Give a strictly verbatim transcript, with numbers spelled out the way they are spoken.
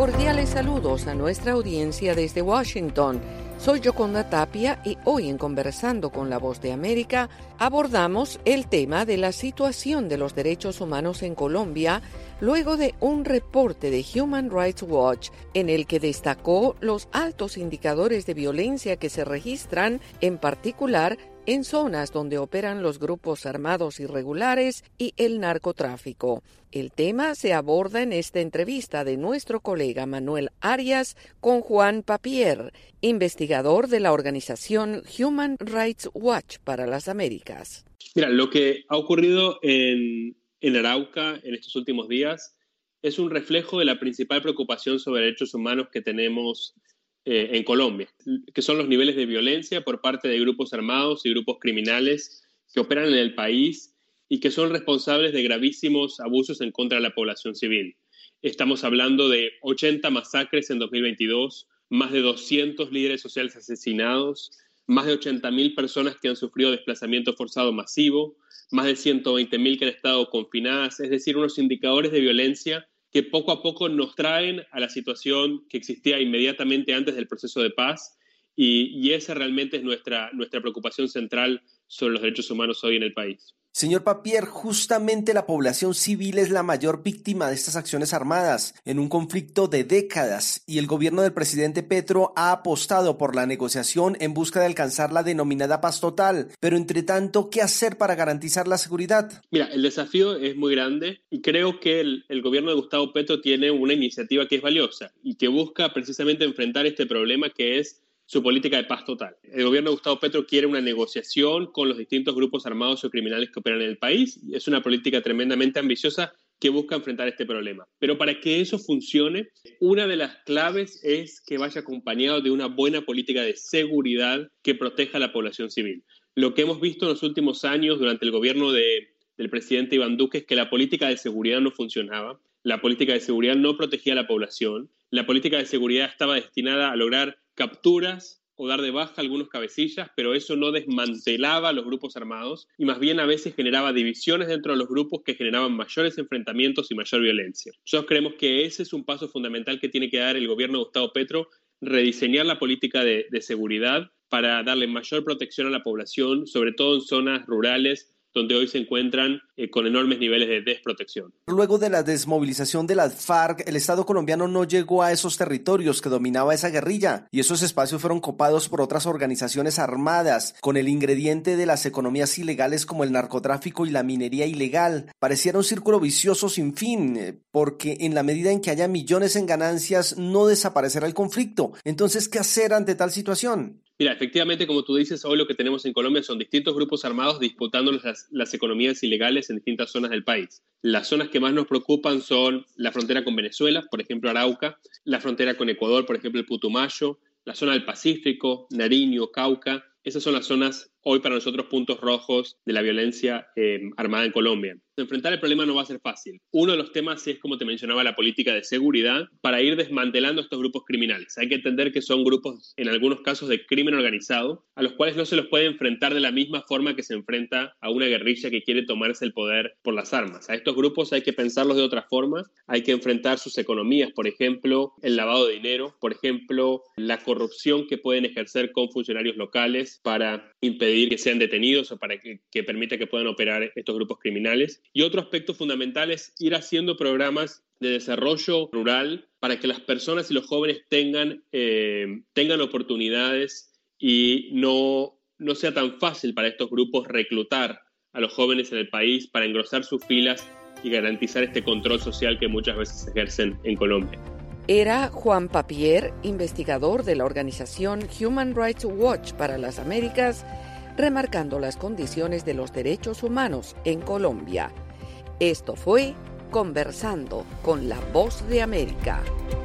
Cordiales saludos a nuestra audiencia desde Washington. Soy Yoconda Tapia y hoy en Conversando con la Voz de América abordamos el tema de la situación de los derechos humanos en Colombia luego de un reporte de Human Rights Watch en el que destacó los altos indicadores de violencia que se registran, en particular en zonas donde operan los grupos armados irregulares y el narcotráfico. El tema se aborda en esta entrevista de nuestro colega Manuel Arias con Juan Papier, investigador de la organización Human Rights Watch para las Américas. Mira, lo que ha ocurrido en, en Arauca en estos últimos días es un reflejo de la principal preocupación sobre derechos humanos que tenemos eh, en Colombia, que son los niveles de violencia por parte de grupos armados y grupos criminales que operan en el país y que son responsables de gravísimos abusos en contra de la población civil. Estamos hablando de ochenta masacres en dos mil veintidós, más de doscientos líderes sociales asesinados, más de ochenta mil personas que han sufrido desplazamiento forzado masivo, más de ciento veinte mil que han estado confinadas, es decir, unos indicadores de violencia que poco a poco nos traen a la situación que existía inmediatamente antes del proceso de paz y, y esa realmente es nuestra, nuestra preocupación central sobre los derechos humanos hoy en el país. Señor Papier, justamente la población civil es la mayor víctima de estas acciones armadas en un conflicto de décadas y el gobierno del presidente Petro ha apostado por la negociación en busca de alcanzar la denominada paz total. Pero entre tanto, ¿qué hacer para garantizar la seguridad? Mira, el desafío es muy grande y creo que el, el gobierno de Gustavo Petro tiene una iniciativa que es valiosa y que busca precisamente enfrentar este problema que es su política de paz total. El gobierno de Gustavo Petro quiere una negociación con los distintos grupos armados o criminales que operan en el país. Es una política tremendamente ambiciosa que busca enfrentar este problema. Pero para que eso funcione, una de las claves es que vaya acompañado de una buena política de seguridad que proteja a la población civil. Lo que hemos visto en los últimos años durante el gobierno de, del presidente Iván Duque es que la política de seguridad no funcionaba. La política de seguridad no protegía a la población. La política de seguridad estaba destinada a lograr capturas o dar de baja a algunos cabecillas, pero eso no desmantelaba a los grupos armados y más bien a veces generaba divisiones dentro de los grupos que generaban mayores enfrentamientos y mayor violencia. Nosotros creemos que ese es un paso fundamental que tiene que dar el gobierno de Gustavo Petro, rediseñar la política de, de seguridad para darle mayor protección a la población, sobre todo en zonas rurales, donde hoy se encuentran eh, con enormes niveles de desprotección. Luego de la desmovilización de las FARC, el Estado colombiano no llegó a esos territorios que dominaba esa guerrilla y esos espacios fueron copados por otras organizaciones armadas con el ingrediente de las economías ilegales como el narcotráfico y la minería ilegal. Pareciera un círculo vicioso sin fin, porque en la medida en que haya millones en ganancias no desaparecerá el conflicto. Entonces, ¿qué hacer ante tal situación? Mira, efectivamente, como tú dices, hoy lo que tenemos en Colombia son distintos grupos armados disputando las, las economías ilegales en distintas zonas del país. Las zonas que más nos preocupan son la frontera con Venezuela, por ejemplo Arauca, la frontera con Ecuador, por ejemplo el Putumayo, la zona del Pacífico, Nariño, Cauca. Esas son las zonas hoy para nosotros puntos rojos de la violencia eh, armada en Colombia. Enfrentar el problema no va a ser fácil. Uno de los temas es, como te mencionaba, la política de seguridad para ir desmantelando estos grupos criminales. Hay que entender que son grupos, en algunos casos, de crimen organizado, a los cuales no se los puede enfrentar de la misma forma que se enfrenta a una guerrilla que quiere tomarse el poder por las armas. A estos grupos hay que pensarlos de otra forma, hay que enfrentar sus economías, por ejemplo, el lavado de dinero, por ejemplo, la corrupción que pueden ejercer con funcionarios locales para impedir que sean detenidos o para que, que permita que puedan operar estos grupos criminales. Y otro aspecto fundamental es ir haciendo programas de desarrollo rural para que las personas y los jóvenes tengan, eh, tengan oportunidades y no, no sea tan fácil para estos grupos reclutar a los jóvenes en el país para engrosar sus filas y garantizar este control social que muchas veces ejercen en Colombia. Era Juan Papier, investigador de la organización Human Rights Watch para las Américas, remarcando las condiciones de los derechos humanos en Colombia. Esto fue Conversando con la Voz de América.